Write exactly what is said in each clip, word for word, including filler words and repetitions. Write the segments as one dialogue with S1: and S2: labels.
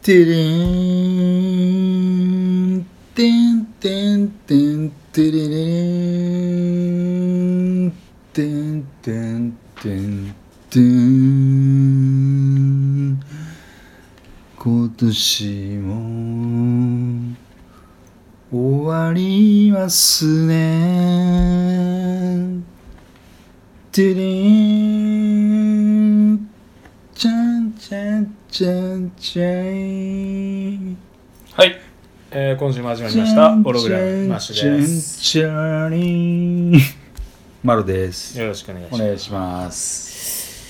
S1: てれんてんてんてんてれれんてんてんてんてん今年も終わりますねてれんちゃんちゃんちゃんちゃん
S2: はい、えー、今週も始まりましたオログラムマッシュです。
S1: ちゃんちゃんマロです。
S2: よろしくお願いします。
S1: お願いします。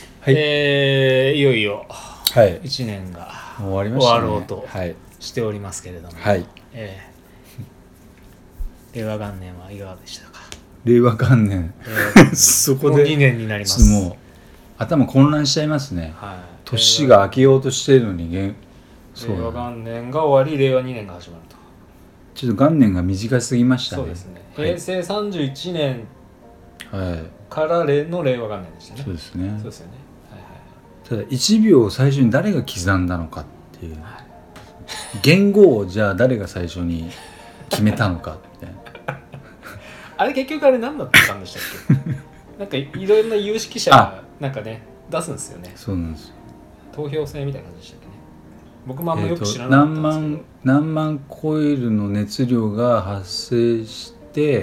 S2: はい、えー、いよいよいちねんが
S1: 終わりましたね。
S2: 終わろうとしておりますけれども、
S1: はい、
S2: えー、令和元年はいかがでしたか。
S1: 令和元年そこで
S2: もうにねんになります。
S1: もう頭混乱しちゃいますね、はい、年が明けようとしてるのに令
S2: 和元年が終わり令和にねんが始まると。
S1: ちょっと元年が短すぎましたね。
S2: そうですね、平成さんじゅういちねん
S1: はい
S2: からの令和元年でしたね。
S1: そうですね。
S2: そうですよね、はいはい、
S1: ただいちびょうを最初に誰が刻んだのかっていう、はい、言語をじゃあ誰が最初に決めたのかって
S2: あれ結局あれ何だったんでしたっけなんかいろんな有識者がなんかね出すんですよね。
S1: そうなんですよ。
S2: 投票制みたいな感じでしたっけね。僕もあんまよく知らなかったんですけど、えー、何万
S1: 何万コイルの熱量が発生して、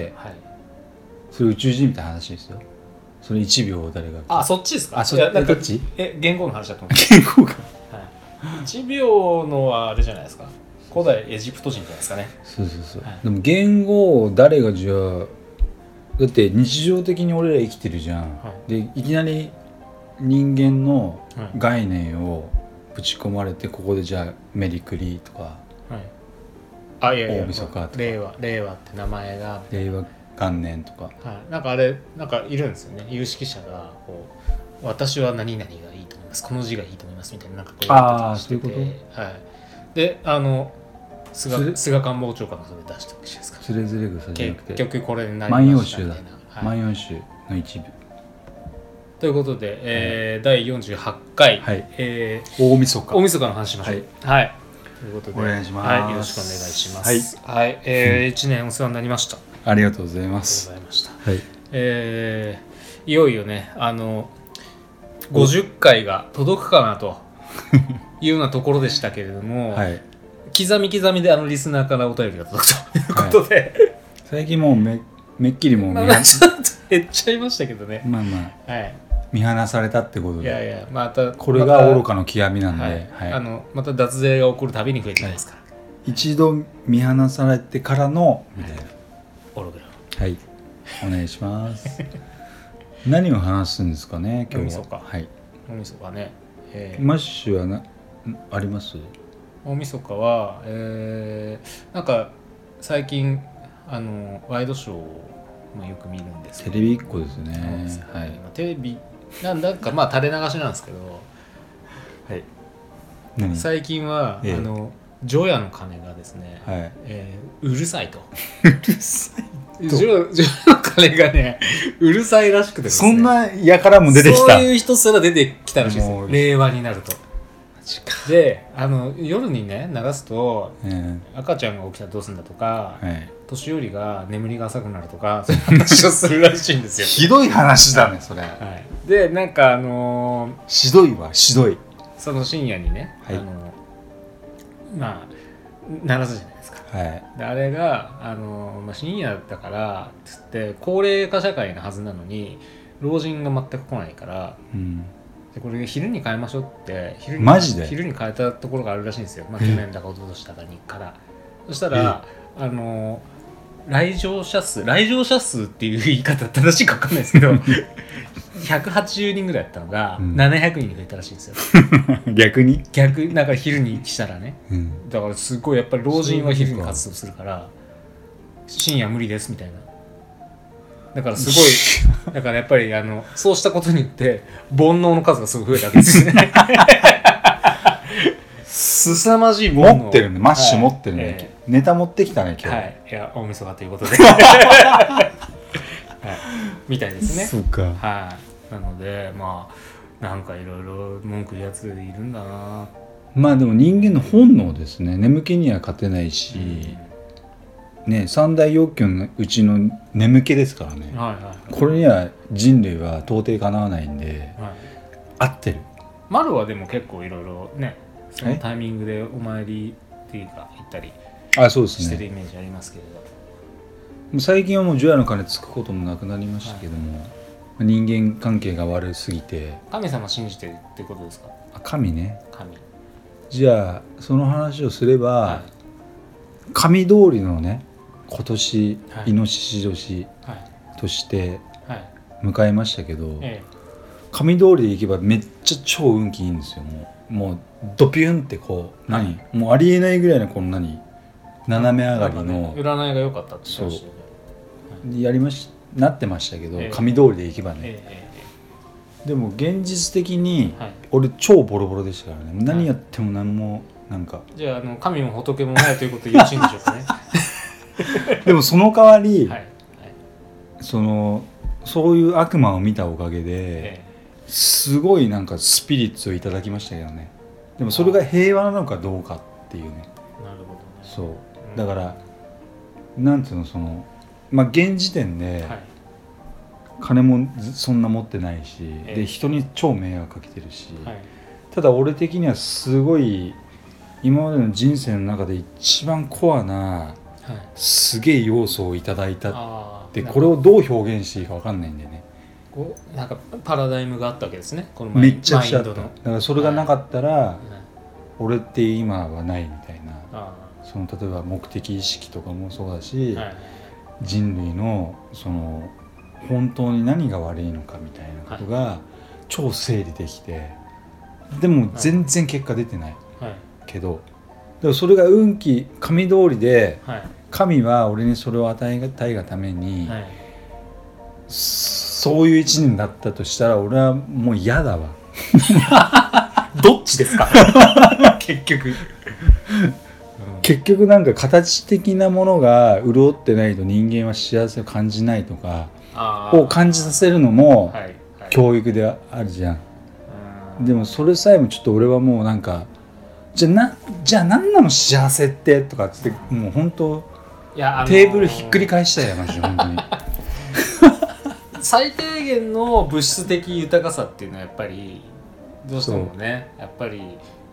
S1: はい、それ宇宙人みたいな話ですよ。それいちびょうを誰が
S2: あそっちですか。
S1: あそっちどっち
S2: え言語の話だと思う。
S1: 言語が、はい、
S2: いちびょうのはあれじゃないですか。古代エジプト人じゃないですかね。
S1: そうそうそう、はい、でも言語を誰がじゃあだって日常的に俺ら生きてるじゃん、はい、でいきなり人間の概念をぶち込まれてここでじゃあメリクリとか、はい、
S2: あいやいや
S1: 大晦日とか
S2: 令和令和って名前が
S1: 令和元年とか、
S2: はい、なんかあれなんかいるんですよね。有識者がこう私は何々がいいと思います、この字がいいと思いますみたいななんかこう
S1: ああそういうこと、
S2: はい、であの菅, 菅官房長官がそれ出したわけですか。
S1: つれづれ草じゃなくて
S2: 結局これになりましたみたいな。
S1: 万葉集の一部
S2: ということで、えー、だいよんじゅうはちかい、はいえ
S1: ー、大晦日
S2: 大晦日の話しましょう。はい、はい、ということで
S1: お願いします、
S2: はい、よろしくお願いします。はい、はいえー、いちねんお世話になりました。
S1: ありがとうございます。
S2: ありがとうございました。はいえー、いよいよねあのごじゅっかいが届くかなというようなところでしたけれども、はい、刻み刻みであのリスナーからお便りが届くということで、はい、
S1: 最近もう め, めっきりもう
S2: まあ、ちょっと減っちゃいましたけどね。
S1: まあまあ、はい、見放されたってことで、
S2: いやいやまた
S1: これが愚かの極みなんで、はい
S2: はい、あのまた脱税が起こるたびに増えてないですから、はい、
S1: 一度見放されてからのみたいな、はい、
S2: オログラム
S1: はいお願いします何を話すんですかね今日は。
S2: 大晦日、はい、大晦日ね、
S1: えー、マッシュはなあります？
S2: 大晦日は、えー、なんか最近あのワイドショーを、まあ、よく見るんですけど、
S1: テレビっ子ですね。ですね、はい、
S2: まあ、テレビなんだかまあ垂れ流しなんですけど、はい、何最近は、ええ、あの除夜の鐘がですね、はいえー、うるさいと
S1: うるさいと
S2: 除夜の鐘がねうるさいらしくてですね、
S1: そんなやからも出てきた。
S2: そういう人すら出てきたらしいですよ、令和になると。であの夜にね流すと、えー、赤ちゃんが起きたらどうするんだとか、はい、年寄りが眠りが浅くなるとかそういう話をするらしいんですよ
S1: ひどい話だねそれ、はい、
S2: でなんかあのー、
S1: ひどいわひどい。
S2: その深夜にね、はい、あのまあ鳴らすじゃないですか、はい、であれがあの、まあ、深夜だったからつって高齢化社会のはずなのに老人が全く来ないから、うんでこれ昼に変えましょうって昼に
S1: マジで
S2: 昼に変えたところがあるらしいんですよ、まあ、去年だか一昨年だかにからそしたらあの来場者数来場者数っていう言い方正しいか分かんないですけどひゃくはちじゅうにんぐらいだったのがななひゃくにんに増えたらしいんですよ、
S1: うん、逆に
S2: 逆なんか昼にしたらね、うん、だからすごいやっぱり老人は昼に活動するから深夜無理ですみたいな。だからすごいだからやっぱりあのそうしたことによって煩悩の数がすごい増えたわけですねすさまじい煩悩
S1: 持ってるねマッシュ持ってるね、はいえー、ネタ持ってきたね今日。
S2: はいいや大晦日ということで、はい、みたいですね。
S1: そうか、
S2: はい、なのでまあなんかいろいろ文句言うやついるんだな。
S1: まあでも人間の本能ですね。眠気には勝てないし、うん、ね、三大欲求のうちの眠気ですからね、はいはいはい、これには人類は到底かなわないんで、はい、合ってる。
S2: 丸はでも結構いろいろね、そのタイミングでお参りっていうか行ったりしてるイメージありますけれど、
S1: 最近はもう除夜の鐘つくこともなくなりましたけども、はい、人間関係が悪すぎて。
S2: 神様信じてるってことですか？
S1: あ、神ね。
S2: 神。じ
S1: ゃあその話をすれば、はい、神通りのね今年、はい、イノシシ年として迎えましたけど、はいはい、神通りで行けばめっちゃ超運気いいんですよ。もう、もうドピュンってこう何、はい、もうありえないぐらいのこの何斜め上がりの、ね、
S2: 占いが良かったって
S1: 言ってましたよね。そうやりましなってましたけど、えー、神通りで行けばね、えー、でも現実的に俺超ボロボロでしたからね、はい、何やっても何もなんか、
S2: じゃあ、あの神も仏もないということを言うしいんでしょうかね
S1: でもその代わり、はいはい、そのそういう悪魔を見たおかげで、えー、すごいなんかスピリッツをいただきましたけどね。でもそれが平和なのかどうかっていうね。
S2: なるほどね。
S1: そう、うん、だからなんていうの、そのまあ現時点で、はい、金もそんな持ってないし、えー、で人に超迷惑かけてるし、はい、ただ俺的にはすごい今までの人生の中で一番コアな、はい、すげえ要素をいただいたって、これをどう表現していいか分かんないんでね。
S2: こうなんかパラダイムがあったわけですね、この
S1: めっちゃくちゃあった。だからそれがなかったら、はい、俺って今はないみたいな、その例えば目的意識とかもそうだし、はい、人類のその本当に何が悪いのかみたいなことが超整理できて、でも全然結果出てない、はい、けどでもそれが運気神通りで、はい、神は俺にそれを与えたいがために、はい、そういう一年だったとしたら俺はもう嫌だわ
S2: どっちですか結局
S1: 結局なんか形的なものが潤ってないと人間は幸せを感じないとかを感じさせるのも教育であるじゃん、はいはい、でもそれさえもちょっと俺はもうなんかじゃあなじゃあ何なの幸せってとかってもう本当いや、あのー、テーブルひっくり返したいよマジで本当に
S2: 最低限の物質的豊かさっていうのはやっぱりどうしてもね、やっぱり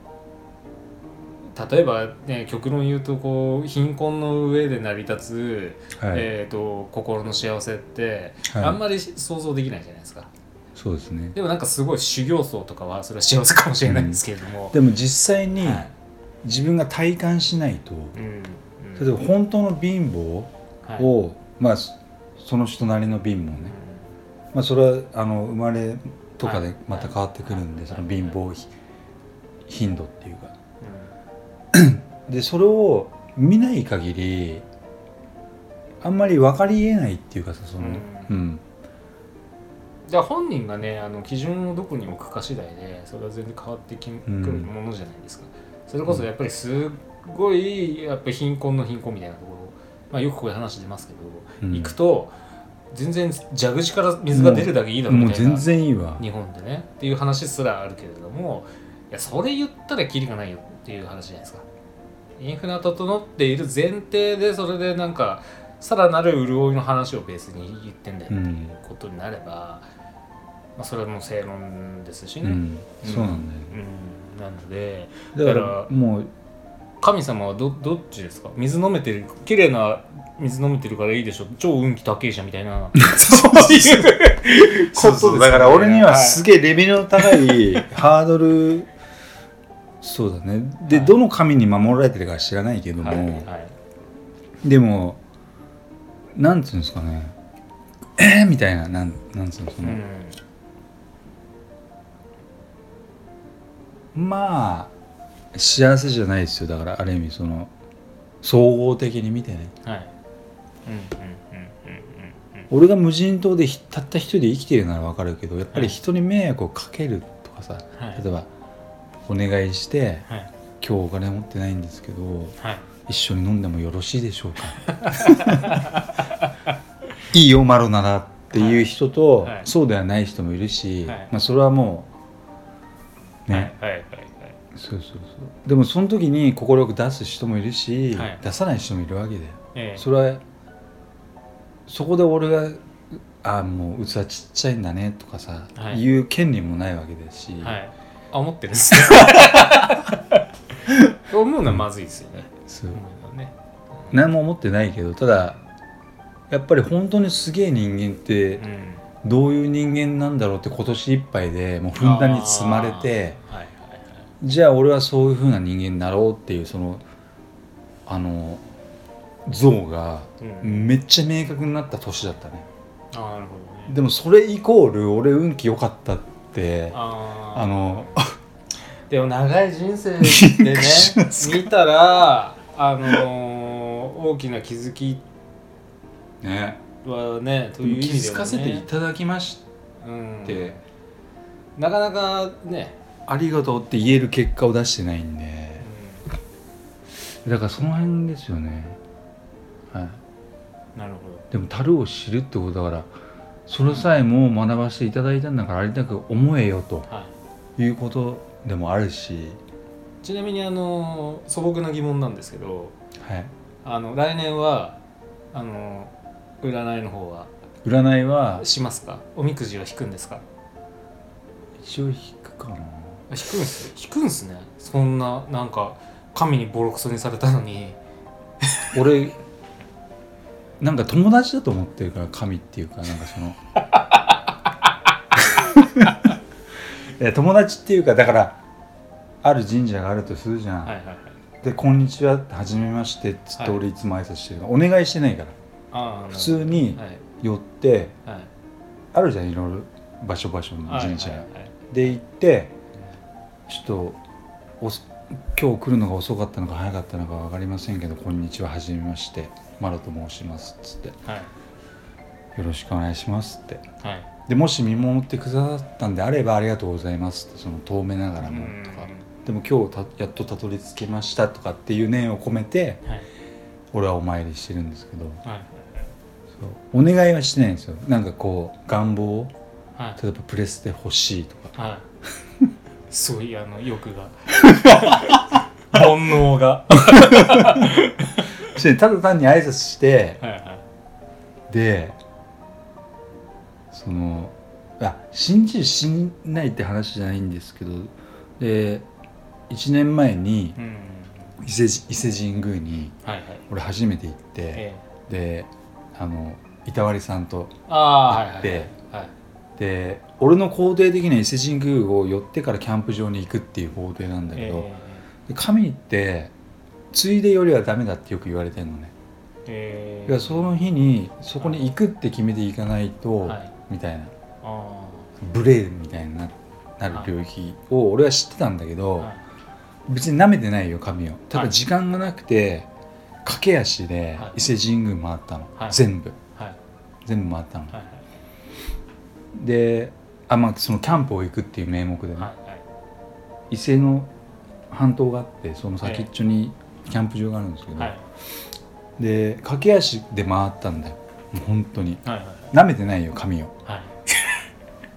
S2: 例えばね、極論言うとこう貧困の上で成り立つ、はい、えー、と心の幸せってあんまり想像できないじゃないですか、はい、
S1: そうですね。
S2: でもなんかすごい修行僧とかはそれは幸せかもしれないんですけれども、
S1: うん、でも実際に自分が体感しないと、うんうん、例えば本当の貧乏を、はい、まあその人なりの貧乏ね、うん、まあ、それはあの生まれとかでまた変わってくるんで、はい、その貧乏頻度っていうか、でそれを見ない限りあんまり分かりえないっていうかさ、その、うんうん、
S2: じゃあ本人がね、あの基準をどこに置くか次第でそれは全然変わってくるものじゃないですか、うん、それこそやっぱりすっごいやっぱり貧困の貧困みたいなところ、まあ、よくこういう話出ますけど、うん、行くと全然蛇口から水が出るだけいいだろうみたいな、
S1: もう全然いいわ
S2: 日本でねっていう話すらあるけれども、いやそれ言ったらキリがないよっていう話じゃないですか。インフラ整っている前提でそれでなんかさらなる潤いの話をベースに言ってんだよっていうことになれば、うん、まあ、それはもう正論ですしね、うん、
S1: そうなんだよ、
S2: うん、なのでだからもう神様は ど, どっちですか？水飲めてる綺麗な水飲めてるからいいでしょ、超運気高いじゃんみたいなそういうことですね。
S1: だから俺にはすげえレベルの高いハードルそうだね。で、はい、どの神に守られてるか知らないけども、はいはい、でもなんつうんですかね、えー、みたいな、なんなんつうのその、うん、まあ幸せじゃないですよ。だからある意味その総合的に見てね、はい、うんうんうんうんうん、俺が無人島でたった一人で生きてるなら分かるけど、やっぱり人に迷惑をかけるとかさ、はい、例えばお願いして、はい、今日お金持ってないんですけど、はい、一緒に飲んでもよろしいでしょうかいいよマロならっていう人と、はい、そうではない人もいるし、はい、まあ、それはもうね、はいはいはいはい、 そうそうそう。でもその時に快く出す人もいるし、はい、出さない人もいるわけだよ、ええ、それはそこで俺があもう器ちっちゃいんだねとかさ、はい、言う権利もないわけですし、はい、
S2: あ思ってるんですね思うのはまずいですよね。
S1: そう、うん、ね、何も思ってないけど、ただやっぱり本当にすげえ人間ってどういう人間なんだろうって今年いっぱいでもうふんだんに積まれて、はいはいはい、じゃあ俺はそういう風な人間になろうっていうそのあの像がめっちゃ明確になった年だったね、
S2: うん、あ、なるほどね。
S1: でもそれイコール俺運気良かったってああの
S2: でも長い人生でね見たらあのー、大きな気づき
S1: ね
S2: はねという意味ではね
S1: 気づかせていただきまして、
S2: うん、なかなかね
S1: ありがとうって言える結果を出してないんで、うん、だからその辺ですよね。はい。
S2: なるほど。
S1: でも樽を知るってことだからそれさえも学ばせていただいたんだからありたく思えよと、はい、いうことでもあるし、
S2: ちなみにあの素朴な疑問なんですけど、
S1: はい、
S2: あの来年はあの占いの方は
S1: 占いは
S2: しますか？おみくじは引くんですか？
S1: 一応引くかな。
S2: 引くんす引くんすね。そんななんか神にボロクソにされたのに
S1: 俺なんか友達だと思ってるから神っていうかなんかそのいや友達っていうかだからある神社があるとするじゃん、はいはいはい、でこんにちははじめましてっつって俺いつも挨拶してる、はい、お願いしてないからあ普通に寄って、はいはい、あるじゃんいろいろ場所場所の神社、はいはいはい、で行ってちょっとお今日来るのが遅かったのか早かったのか分かりませんけどこんにちははじめましてマロと申しますっつって、はい、よろしくお願いしますって、はい、でもし見守ってくださったんであればありがとうございますってその遠目ながらもとかでも今日たやっとたどり着けましたとかっていう念を込めて、はい、俺はお参りしてるんですけど、はい、そうお願いはしてないんですよ。なんかこう願望を、はい、例えばプレステ欲しいとか、はい
S2: すごいあの欲が煩悩が
S1: ただ単に挨拶して、はいはい、でそのあ信じる信ないって話じゃないんですけどでいちねんまえに伊勢、伊勢神宮に俺初めて行って、はいはい、であの板割さんと行って、はいはいはい、で俺の行程的には伊勢神宮を寄ってからキャンプ場に行くっていう行程なんだけど、えー、で神ってついでよりはダメだってよく言われてるのね、えー、その日にそこに行くって決めていかないと、はい、みたいなあブレーみたいになる領域を俺は知ってたんだけど、はい、別に舐めてないよ神を。ただ時間がなくて駆け足で伊勢神宮回ったの、はい、全部、はい、全部回ったの、はいはい、であ、まあ、そのキャンプを行くっていう名目でね、はいはい、伊勢の半島があってその先っちょにキャンプ場があるんですけど、はい、で駆け足で回ったんだよもう本当に、はいはいはい、舐めてないよ神を、はい、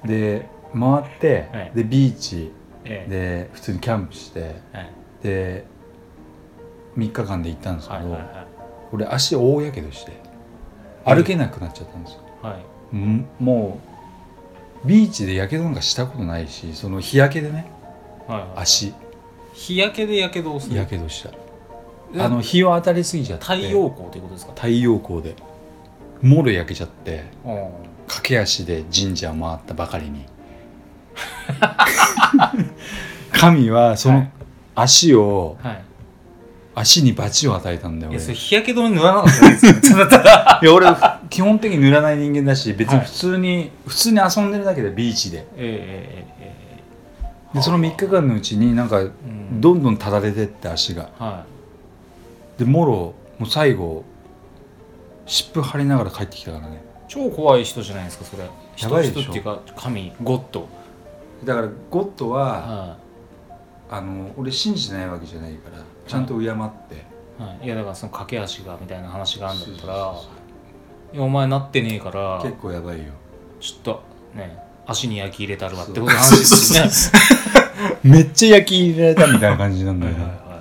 S1: で回って、はい、でビーチで普通にキャンプして、はい、でみっかかんで行ったんですけど、はいはいはい、俺足大やけどして歩けなくなっちゃったんですよ、はい、もうビーチでやけどなんかしたことないしその日焼けでね、はいはい、足
S2: 日焼けでやけどをする
S1: やけどしたあの日を当たりすぎちゃって
S2: 太陽光ということですか？
S1: 太陽光でもろ焼けちゃって駆け足で神社を回ったばかりに神はその足を、はいはい、足に罰を与えたんだよ。
S2: いやそれ日焼け止め塗らなかったんですよただただ
S1: いや俺基本的に塗らない人間だし別に普通に、はい、普通に遊んでるだけでビーチで、えーえー、でそのみっかかんのうちになんかどんどんただれてって足が、はい、でもろもう最後湿布貼りながら帰ってきたからね。
S2: 超怖い人じゃないですかそれ。やばいでしょ。人っていうか神ゴッド
S1: だからゴッドは、はい、あの俺信じないわけじゃないからちゃんと敬って、はい
S2: はい、いやだからその駆け足がみたいな話があるんだったらそうそうそういやお前なってねえから
S1: 結構やばいよ
S2: ちょっとね足に焼き入れたるわってことの話ですよね
S1: めっちゃ焼き入れられたみたいな感じなんだよね。はいはいはい、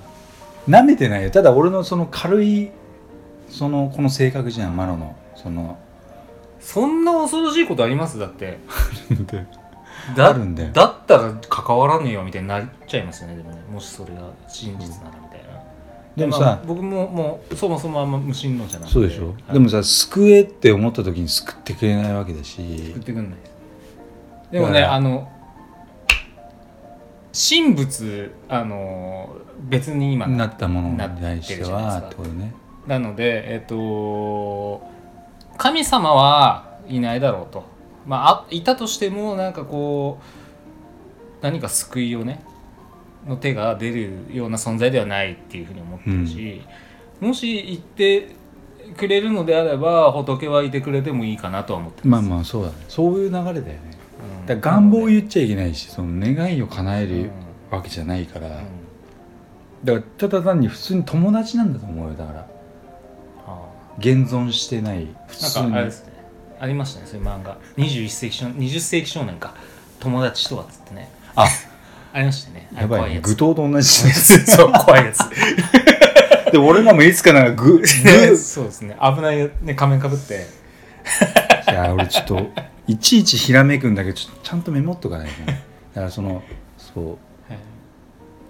S1: 舐めてないよ。ただ俺のその軽いそのこの性格じゃん、マロのその。
S2: そんな恐ろしいことあります？だって
S1: だあるんだよ。
S2: だったら関わらねえよみたいになっちゃいますよね。でもね、もしそれが真実ならみたいな。
S1: でもさ、
S2: まあ、僕ももうそもそもあんま無神論じゃなくて。
S1: そうでしょ、
S2: はい、
S1: でもさ、救えって思った時に救ってくれないわけだし。
S2: 救ってくんないです。でもね、あの神仏あの別に今
S1: なったものに対してはってことね。
S2: なので、えっと神様はいないだろうと、まあ、あいたとしてもなんかこう何か救いをねの手が出るような存在ではないっていうふうに思ってるし、うん、もし言ってくれるのであれば仏はいてくれてもいいかなとは思ってます。
S1: まあまあそうだね、そういう流れだよね、うん、だから願望を言っちゃいけないし、その願いを叶えるわけじゃないから、うん、だからただ単に普通に友達なんだと思うよ。だから現存してない普通に、
S2: なんかあれですね、ありましたね、そういう漫画にじゅういっ世紀少年にじゅっ世紀少年か友達とはっつってね、
S1: あ
S2: ありましたね。
S1: やばいね、愚刀と同じ
S2: そう怖いやつ
S1: で俺らもいつかなんかググ
S2: そうですね、危ないね、仮面かぶって
S1: いや俺ちょっといちいちひらめくんだけどちょっとちゃんとメモっとかないとね。だからそのそう、はい、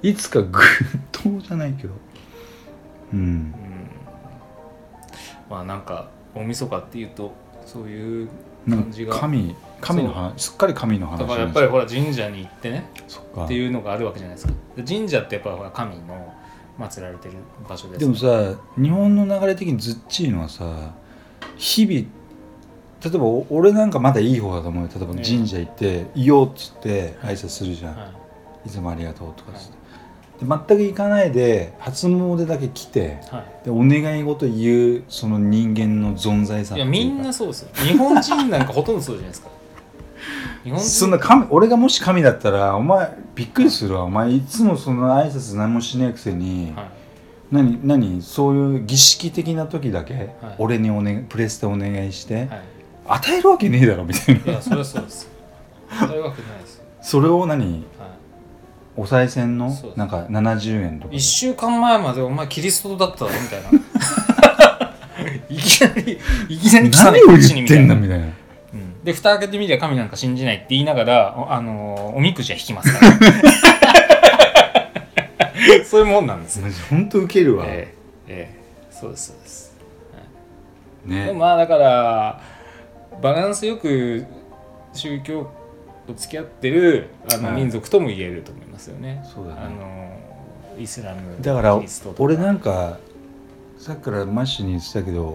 S1: いつか愚刀じゃないけどうん、うん
S2: まあなんか大晦日っていうとそういう感じが
S1: 神神の話、すっかり神の話
S2: だからやっぱりほら神社に行ってねっていうのがあるわけじゃないですか。神社ってやっぱり神の祀られてる場所です。
S1: でもさ、日本の流れ的にずっちいのはさ、日々例えば俺なんかまだいい方だと思うよ。例えば神社行って「いよ」っつって挨拶するじゃん、はい、いつもありがとうとかっつって、はい、で全く行かないで初詣だけ来て、はい、でお願い事言うその人間の存在さっていうか、
S2: いやみんなそうですよ。日本人なんかほとんどそうじゃないですか。
S1: 日本人そんな神、俺がもし神だったらお前びっくりするわ、はい、お前いつもその挨拶何もしないくせに、はい、何何そういう儀式的な時だけ、はい、俺にお、ね、プレスでお願いして、はい、与えるわけねえだろみたいな。
S2: いやそれはそうです。与えるわけないです。
S1: それを何、はい、お賽銭のなんかななじゅうえんとか
S2: いっしゅうかんまえまでお前キリストだったろみたいないきなりいきなり
S1: 何を言ってんだみたいな、
S2: うん、で蓋開けてみりゃ神なんか信じないって言いながらあのおみくじは引きますからそういうもんなんですよ。
S1: 本当ウケるわ。
S2: えー、えー、そうですそうです、はい、
S1: ね。
S2: でもまあだからバランスよく宗教と付き合ってるあの民族とも言えると思いますよね。
S1: そうだね。
S2: あのイスラム
S1: だから俺なんかさっきからマッシュに言ってたけど、はい、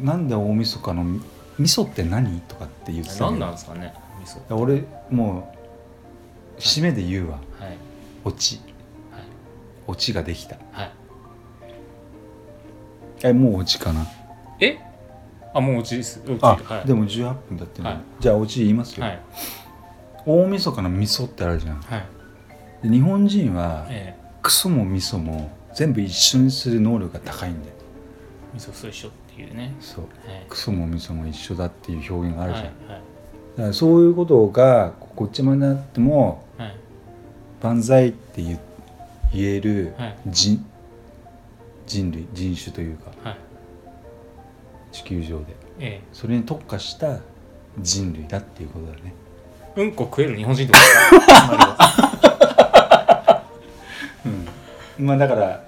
S1: なんで大晦日の味噌って何とかって言ってたけど、
S2: 何なんですかね味噌。
S1: 俺もう締めで言うわ、はい、オチ、はい、オチができた、はい、えもうオチかな。
S2: えあもうオチです。
S1: あ、はい、でもじゅうはっぷんだってね、はい、じゃあオチ言いますよ、はい、大晦日の味噌ってあるじゃん、はい、で日本人は、ええ、クソも味噌も全部一緒にする能力が高いんだよ。
S2: 味噌と一緒っていうね。そう、
S1: はい、クソも味噌も一緒だっていう表現があるじゃん、はいはい、だからそういうことがこっちまでなっても、はい、万歳って言える、はい、人, 人類人種というか、はい、地球上で、ええ、それに特化した人類だっていうことだね。
S2: うんこ食える日本人ってことですか
S1: うん、まあだから、はい、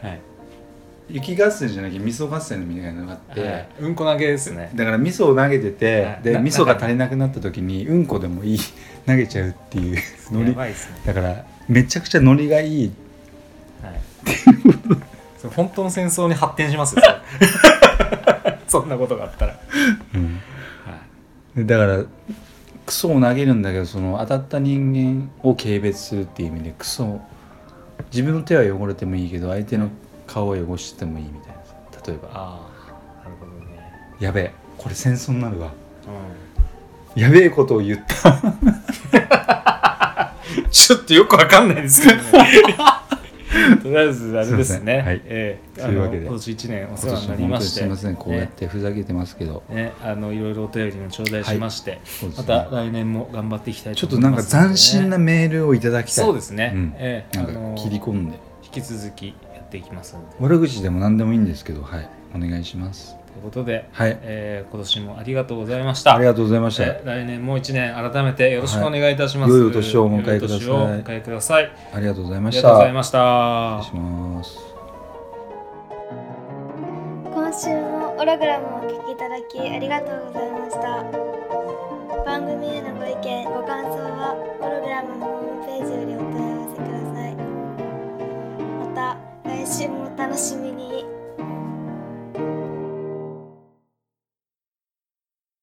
S1: 雪合戦じゃなきゃ味噌合戦みたいなのがあって、はい、
S2: うんこ投げですね。
S1: だから味噌を投げてて、はい、で味噌が足りなくなった時にうんこでもいい投げちゃうっていうノリ。やばいですね。だからめちゃくちゃノリがいい、
S2: はい、それ本当の戦争に発展しますよそんなことがあったら、うん
S1: はい、だからクソを投げるんだけど、その当たった人間を軽蔑するっていう意味でクソ、自分の手は汚れてもいいけど相手の顔を汚してもいいみたいな。例えば、
S2: ああなるほどね。
S1: やべえこれ戦争になるわ、うん、やべえことを言った
S2: ちょっとよくわかんないですけどねとりあえずあれですね。
S1: はい、
S2: えー、
S1: というわけで
S2: 今年いちねんお世話になりまして、
S1: すみませんこうやってふざけてますけど、
S2: ね、あのいろいろお便りも頂戴しまして、はいね、また来年も頑張っていきたいと思います、ね。ちょっと
S1: なんか斬新なメールをいただきたい。
S2: そうですね。うん、
S1: えー、なんか切り込んで
S2: 引き続きやっていきますので。
S1: 悪口でも何でもいいんですけど、はい、お願いします。
S2: ということで、
S1: はい、
S2: えー、今年もありがとうございました。
S1: ありがとうございました。
S2: えー、来年もう一年改めてよろしくお願いいたします。
S1: はい、良いお年をお迎えください。
S2: 良いお年をお迎えください。
S1: ありがとうございました。
S2: ありがとうございました。
S1: 失礼します。
S3: 今週もオログラムをお聞きいただきありがとうございました。番組へのご意見ご感想はオログラムのホームページよりお問い合わせください。また来週もお楽しみに。